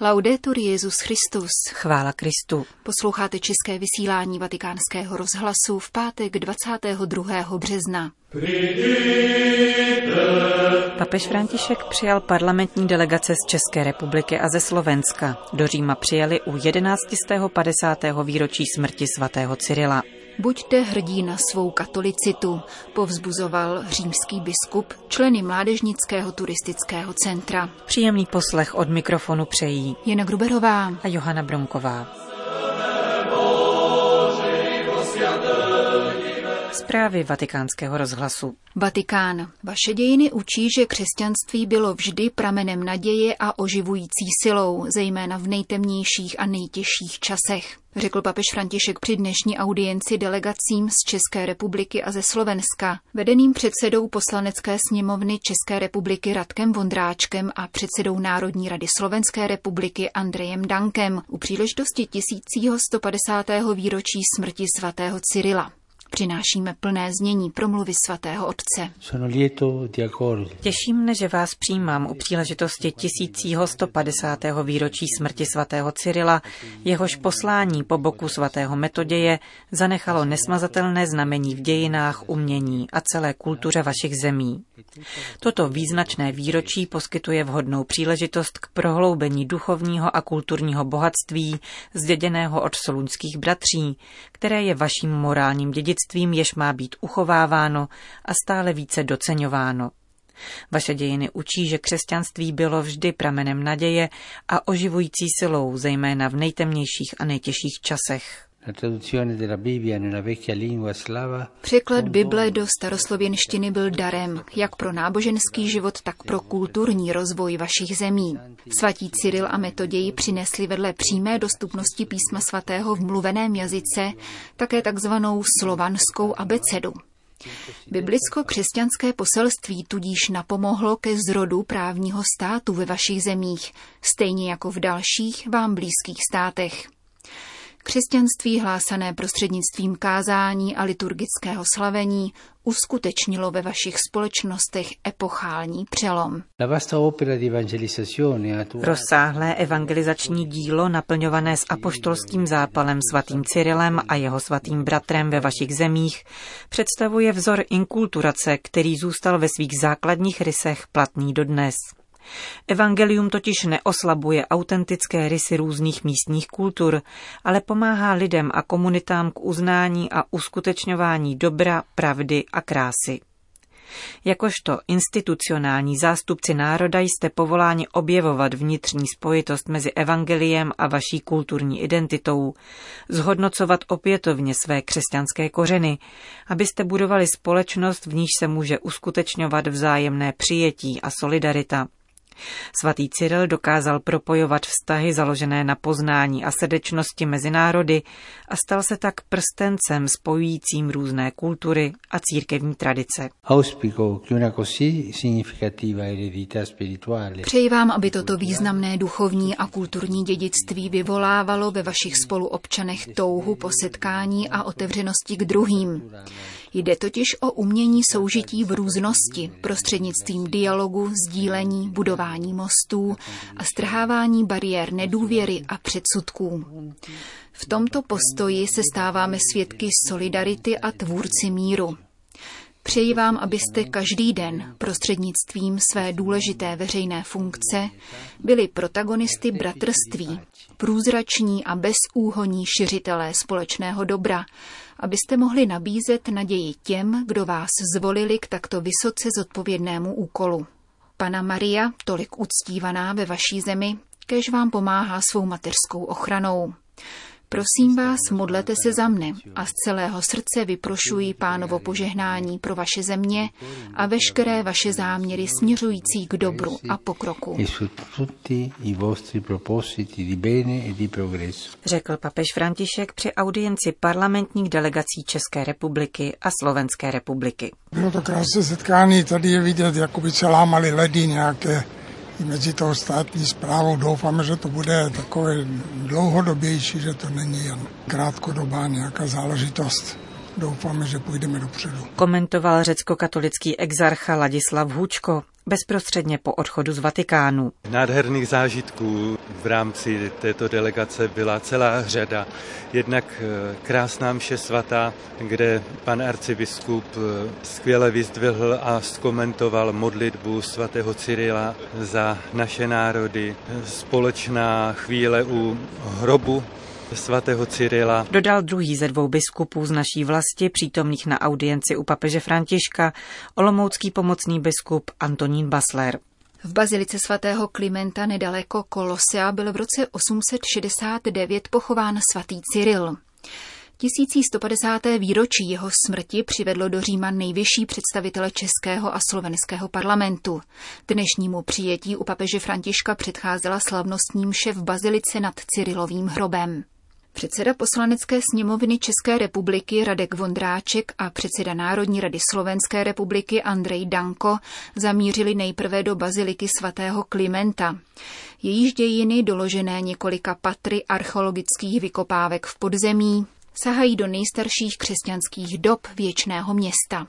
Laudetur Jesus Christus. Chvála Kristu. Posloucháte české vysílání Vatikánského rozhlasu v pátek 22. března. Papež František přijal parlamentní delegace z České republiky a ze Slovenska. Do Říma přijeli u 1150. výročí smrti svatého Cyrila. Buďte hrdí na svou katolicitu, povzbuzoval římský biskup členy Mládežnického turistického centra. Příjemný poslech od mikrofonu přejí Jana Gruberová a Johana Bronková. Zprávy Vatikánského rozhlasu. Vatikán. Vaše dějiny učí, že křesťanství bylo vždy pramenem naděje a oživující silou, zejména v nejtemnějších a nejtěžších časech, řekl papež František při dnešní audienci delegacím z České republiky a ze Slovenska, vedeným předsedou Poslanecké sněmovny České republiky Radkem Vondráčkem a předsedou Národní rady Slovenské republiky Andrejem Dankem u příležitosti 1150. výročí smrti svatého Cyrila. Přinášíme plné znění promluvy svatého otce. Těší mne, že vás přijímám u příležitosti 1150. výročí smrti svatého Cyrila, jehož poslání po boku svatého Metoděje zanechalo nesmazatelné znamení v dějinách, umění a celé kultuře vašich zemí. Toto význačné výročí poskytuje vhodnou příležitost k prohloubení duchovního a kulturního bohatství zděděného od solunských bratří, které je vaším morálním dědictvím, jež má být uchováváno a stále více doceňováno. Vaše dějiny učí, že křesťanství bylo vždy pramenem naděje a oživující silou, zejména v nejtemnějších a nejtěžších časech. Překlad Bible do staroslověnštiny byl darem, jak pro náboženský život, tak pro kulturní rozvoj vašich zemí. Svatí Cyril a Metoděj přinesli vedle přímé dostupnosti písma svatého v mluveném jazyce také takzvanou slovanskou abecedu. Biblicko-křesťanské poselství tudíž napomohlo ke zrodu právního státu ve vašich zemích, stejně jako v dalších vám blízkých státech. Křesťanství hlásané prostřednictvím kázání a liturgického slavení uskutečnilo ve vašich společnostech epochální přelom. Rozsáhlé evangelizační dílo, naplňované s apoštolským zápalem svatým Cyrilem a jeho svatým bratrem ve vašich zemích, představuje vzor inkulturace, který zůstal ve svých základních rysech platný dodnes. Evangelium totiž neoslabuje autentické rysy různých místních kultur, ale pomáhá lidem a komunitám k uznání a uskutečňování dobra, pravdy a krásy. Jakožto institucionální zástupci národa jste povoláni objevovat vnitřní spojitost mezi evangeliem a vaší kulturní identitou, zhodnocovat opětovně své křesťanské kořeny, abyste budovali společnost, v níž se může uskutečňovat vzájemné přijetí a solidarita. Svatý Cyril dokázal propojovat vztahy založené na poznání a srdečnosti mezi národy a stal se tak prstencem spojujícím různé kultury a církevní tradice. Přeji vám, aby toto významné duchovní a kulturní dědictví vyvolávalo ve vašich spoluobčanech touhu po setkání a otevřenosti k druhým. Jde totiž o umění soužití v různosti prostřednictvím dialogu, sdílení, budování mostů a strhávání bariér nedůvěry a předsudků. V tomto postoji se stáváme svědky solidarity a tvůrci míru. Přeji vám, abyste každý den prostřednictvím své důležité veřejné funkce byli protagonisty bratrství, průzrační a bezúhonní šiřitelé společného dobra, abyste mohli nabízet naději těm, kdo vás zvolili k takto vysoce zodpovědnému úkolu. Panna Maria, tolik uctívaná ve vaší zemi, kéž vám pomáhá svou mateřskou ochranou. Prosím vás, modlete se za mne a z celého srdce vyprošuji Pánovo požehnání pro vaše země a veškeré vaše záměry směřující k dobru a pokroku. Řekl papež František při audienci parlamentních delegací České republiky a Slovenské republiky. Bylo to krásné setkání, tady je vidět, jako by se lámaly ledy nějaké mezi toho státní správou. Doufáme, že to bude takové dlouhodobější, že to není jen krátkodobá nějaká záležitost. Doufáme, že půjdeme dopředu. Komentoval řecko-katolický exarcha Ladislav Hučko bezprostředně po odchodu z Vatikánu. Nádherných zážitků v rámci této delegace byla celá řada. Jednak krásná mše svatá, kde pan arcibiskup skvěle vyzdvihl a zkomentoval modlitbu svatého Cyrila za naše národy. Společná chvíle u hrobu svatého Cyrila. Dodal druhý ze 2 biskupů z naší vlasti, přítomných na audienci u papeže Františka, olomoucký pomocný biskup Antonín Basler. V bazilice svatého Klimenta nedaleko Kolosea byl v roce 869 pochován svatý Cyril. 1150. výročí jeho smrti přivedlo do Říma nejvyšší představitele českého a slovenského parlamentu. Dnešnímu přijetí u papeže Františka předcházela slavnostní mše v bazilice nad Cyrilovým hrobem. Předseda Poslanecké sněmovny České republiky Radek Vondráček a předseda Národní rady Slovenské republiky Andrej Danko zamířili nejprve do baziliky svatého Klimenta. Jejíž dějiny, doložené několika patry archeologických vykopávek v podzemí, sahají do nejstarších křesťanských dob věčného města.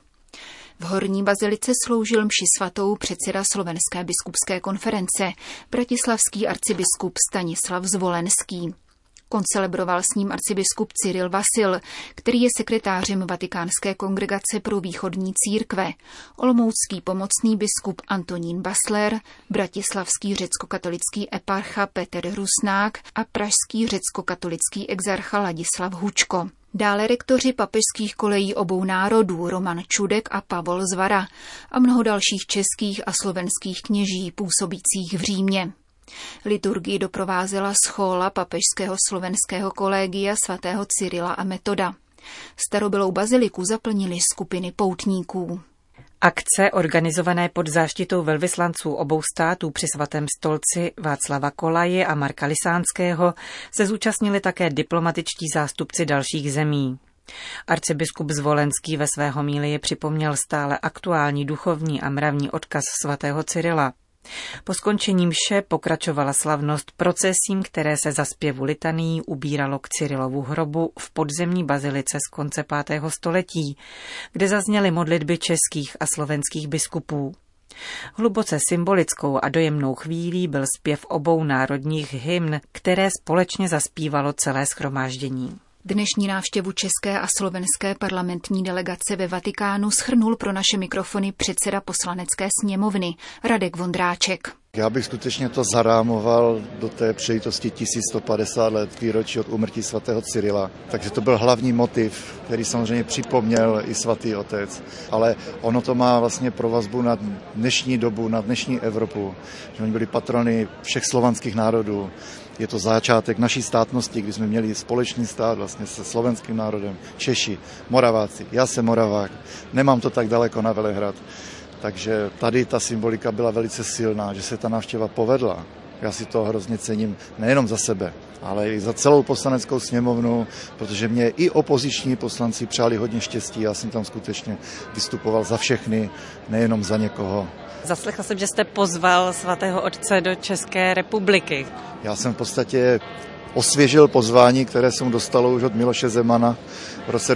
V horní bazilice sloužil mši svatou předseda Slovenské biskupské konference, bratislavský arcibiskup Stanislav Zvolenský. Koncelebroval s ním arcibiskup Cyril Vasil, který je sekretářem Vatikánské kongregace pro východní církve, olomoucký pomocný biskup Antonín Basler, bratislavský řecko-katolický eparcha Petr Rusnák a pražský řecko-katolický exarcha Ladislav Hučko. Dále rektoři papežských kolejí obou národů Roman Čudek a Pavol Zvara a mnoho dalších českých a slovenských kněží působících v Římě. Liturgii doprovázela schóla papežského slovenského kolegia svatého Cyrila a Metoda. Starobylou baziliku zaplnily skupiny poutníků. Akce, organizované pod záštitou velvyslanců obou států při svatém stolci Václava Kolaje a Marka Lisánského, se zúčastnili také diplomatičtí zástupci dalších zemí. Arcibiskup Zvolenský ve své homílii připomněl stále aktuální duchovní a mravní odkaz svatého Cyrila. Po skončení mše pokračovala slavnost procesím, které se za zpěvu litanií ubíralo k Cyrilovu hrobu v podzemní bazilice z konce 5. století, kde zazněly modlitby českých a slovenských biskupů. Hluboce symbolickou a dojemnou chvílí byl zpěv obou národních hymn, které společně zaspívalo celé shromáždění. Dnešní návštěvu české a slovenské parlamentní delegace ve Vatikánu shrnul pro naše mikrofony předseda Poslanecké sněmovny Radek Vondráček. Já bych skutečně to zarámoval do té příležitosti 1150 let výročí od úmrtí svatého Cyrila. Takže to byl hlavní motiv, který samozřejmě připomněl i svatý otec. Ale ono to má vlastně provazbu na dnešní dobu, na dnešní Evropu. Že oni byli patrony všech slovanských národů. Je to začátek naší státnosti, kdy jsme měli společný stát vlastně se slovenským národem. Češi, Moraváci, já jsem Moravák, nemám to tak daleko na Velehrad. Takže tady ta symbolika byla velice silná, že se ta návštěva povedla. Já si to hrozně cením nejenom za sebe, ale i za celou Poslaneckou sněmovnu, protože mě i opoziční poslanci přáli hodně štěstí. Já jsem tam skutečně vystupoval za všechny, nejenom za někoho. Zaslechla jsem, že jste pozval svatého otce do České republiky. Já jsem v podstatě osvěžil pozvání, které jsem dostal už od Miloše Zemana v roce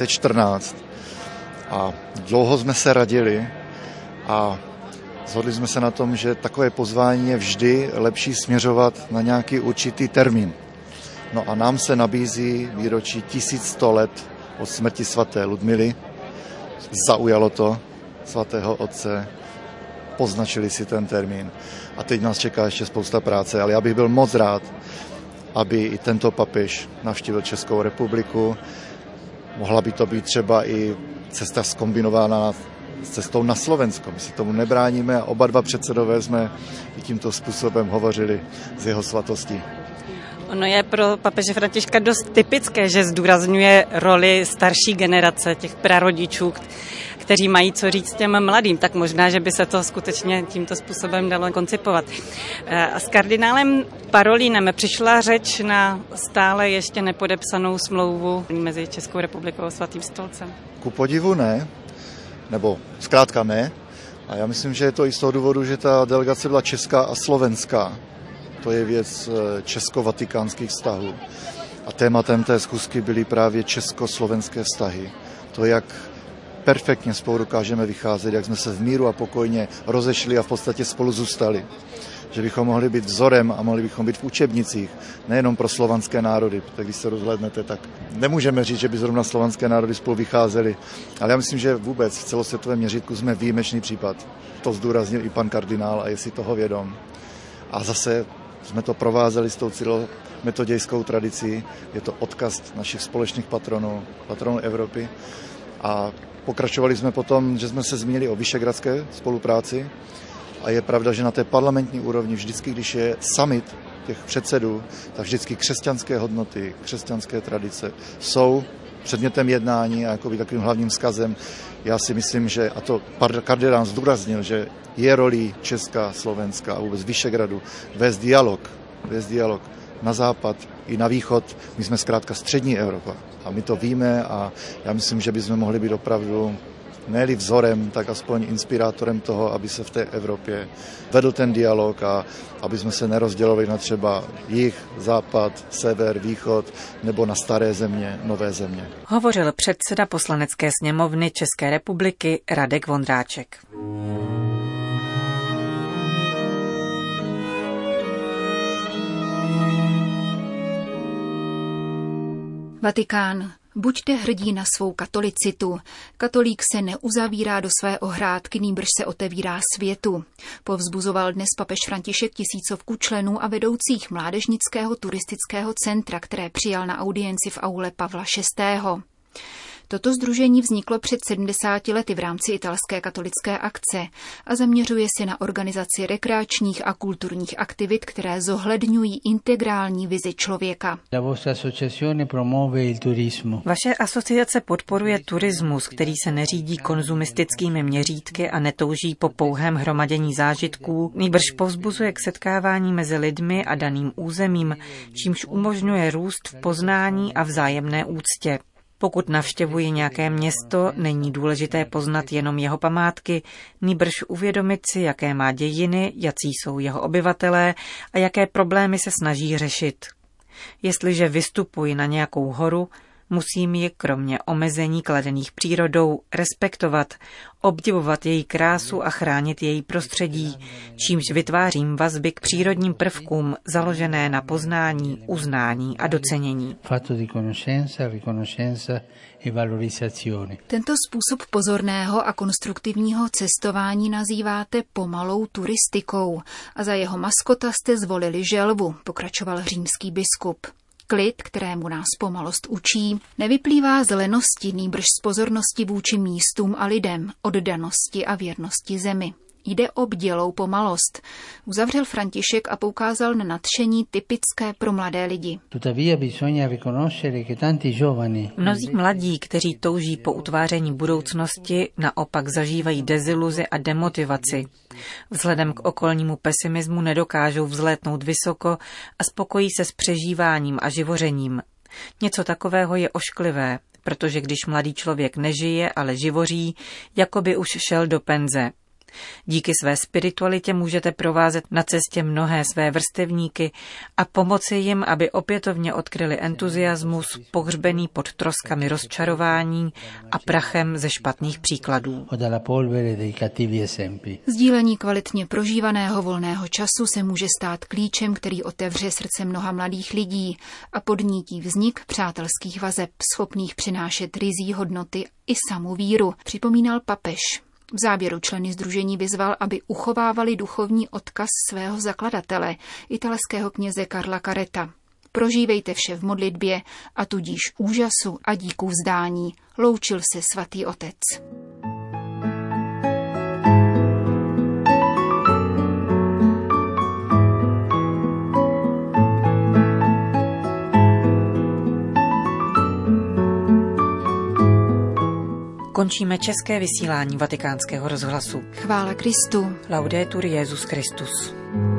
2014. A dlouho jsme se radili a shodli jsme se na tom, že takové pozvání je vždy lepší směřovat na nějaký určitý termín. No a nám se nabízí výročí 1100 let od smrti svaté Ludmily. Zaujalo to svatého otce, poznačili si ten termín a teď nás čeká ještě spousta práce, ale já bych byl moc rád, aby i tento papež navštívil Českou republiku. Mohla by to být třeba i cesta zkombinovaná s cestou na Slovensko. My si tomu nebráníme a oba dva předsedové jsme i tímto způsobem hovořili s jeho svatostí. Ono je pro papeže Františka dost typické, že zdůrazňuje roli starší generace, těch prarodičů, kteří mají co říct těm mladým, tak možná, že by se to skutečně tímto způsobem dalo koncipovat. A s kardinálem Parolínem přišla řeč na stále ještě nepodepsanou smlouvu mezi Českou republikou a Svatým stolcem. Ku podivu ne, nebo zkrátka ne. A já myslím, že je to i z toho důvodu, že ta delegace byla česká a slovenská. To je věc česko-vatikánských vztahů. A tématem té schůzky byly právě česko-slovenské vztahy. To, jak perfektně spolu dokážeme vycházet, jak jsme se v míru a pokojně rozešli a v podstatě spolu zůstali. Že bychom mohli být vzorem a mohli bychom být v učebnicích, nejenom pro slovanské národy, protože když se rozhlédnete, tak nemůžeme říct, že by zrovna slovanské národy spolu vycházely, ale já myslím, že vůbec v celosvětovém měřítku jsme výjimečný případ. To zdůraznil i pan kardinál a je si toho vědom. A zase jsme to provázeli s tou cyrilometodějskou tradicí, je to odkaz našich společných patronů Evropy a pokračovali jsme potom, že jsme se zmínili o visegrádské spolupráci. A je pravda, že na té parlamentní úrovni vždycky, když je summit těch předsedů, tak vždycky křesťanské hodnoty, křesťanské tradice jsou předmětem jednání a jakoby takovým hlavním vzkazem. Já si myslím, že, a to kardinál zdůraznil, že je rolí Česka, Slovenska a vůbec Visegrádu vést dialog na západ i na východ. My jsme zkrátka střední Evropa a my to víme a já myslím, že bychom mohli být opravdu ne-li vzorem, tak aspoň inspirátorem toho, aby se v té Evropě vedl ten dialog a aby jsme se nerozdělovali na třeba jih, západ, sever, východ nebo na staré země, nové země. Hovořil předseda Poslanecké sněmovny České republiky Radek Vondráček. Vatikán. Buďte hrdí na svou katolicitu. Katolík se neuzavírá do své ohrádky, nýbrž se otevírá světu. Povzbuzoval dnes papež František tisícovku členů a vedoucích mládežnického turistického centra, které přijal na audienci v aule Pavla VI. Toto sdružení vzniklo před 70 lety v rámci italské katolické akce a zaměřuje se na organizaci rekreačních a kulturních aktivit, které zohledňují integrální vizi člověka. Vaše asociace podporuje turismus, který se neřídí konzumistickými měřítky a netouží po pouhém hromadění zážitků, nýbrž povzbuzuje k setkávání mezi lidmi a daným územím, čímž umožňuje růst v poznání a vzájemné úctě. Pokud navštěvuji nějaké město, není důležité poznat jenom jeho památky, nýbrž uvědomit si, jaké má dějiny, jací jsou jeho obyvatelé a jaké problémy se snaží řešit. Jestliže vystupuji na nějakou horu, musím ji kromě omezení kladených přírodou respektovat, obdivovat její krásu a chránit její prostředí, čímž vytvářím vazby k přírodním prvkům založené na poznání, uznání a docenění. Tento způsob pozorného a konstruktivního cestování nazýváte pomalou turistikou a za jeho maskota jste zvolili želvu, pokračoval římský biskup. Klid, kterému nás pomalost učí, nevyplývá z lenosti, nýbrž z pozornosti vůči místům a lidem, oddanosti a věrnosti zemi. Jde o bdělou pomalost, uzavřel František a poukázal na nadšení typické pro mladé lidi. Mnozí mladí, kteří touží po utváření budoucnosti, naopak zažívají deziluzi a demotivaci. Vzhledem k okolnímu pesimismu nedokážou vzlétnout vysoko a spokojí se s přežíváním a živořením. Něco takového je ošklivé, protože když mladý člověk nežije, ale živoří, jako by už šel do penze. Díky své spiritualitě můžete provázet na cestě mnohé své vrstevníky a pomoci jim, aby opětovně odkryli entuziasmus pohřbený pod troskami rozčarování a prachem ze špatných příkladů. Sdílení kvalitně prožívaného volného času se může stát klíčem, který otevře srdce mnoha mladých lidí a podnítí vznik přátelských vazeb, schopných přinášet ryzí hodnoty i samu víru, připomínal papež. V závěru členy sdružení vyzval, aby uchovávali duchovní odkaz svého zakladatele, italského kněze Karla Careta. Prožívejte vše v modlitbě a tudíž úžasu a díku vzdání, loučil se svatý otec. Končíme české vysílání Vatikánského rozhlasu. Chvála Kristu. Laudetur Jesus Christus.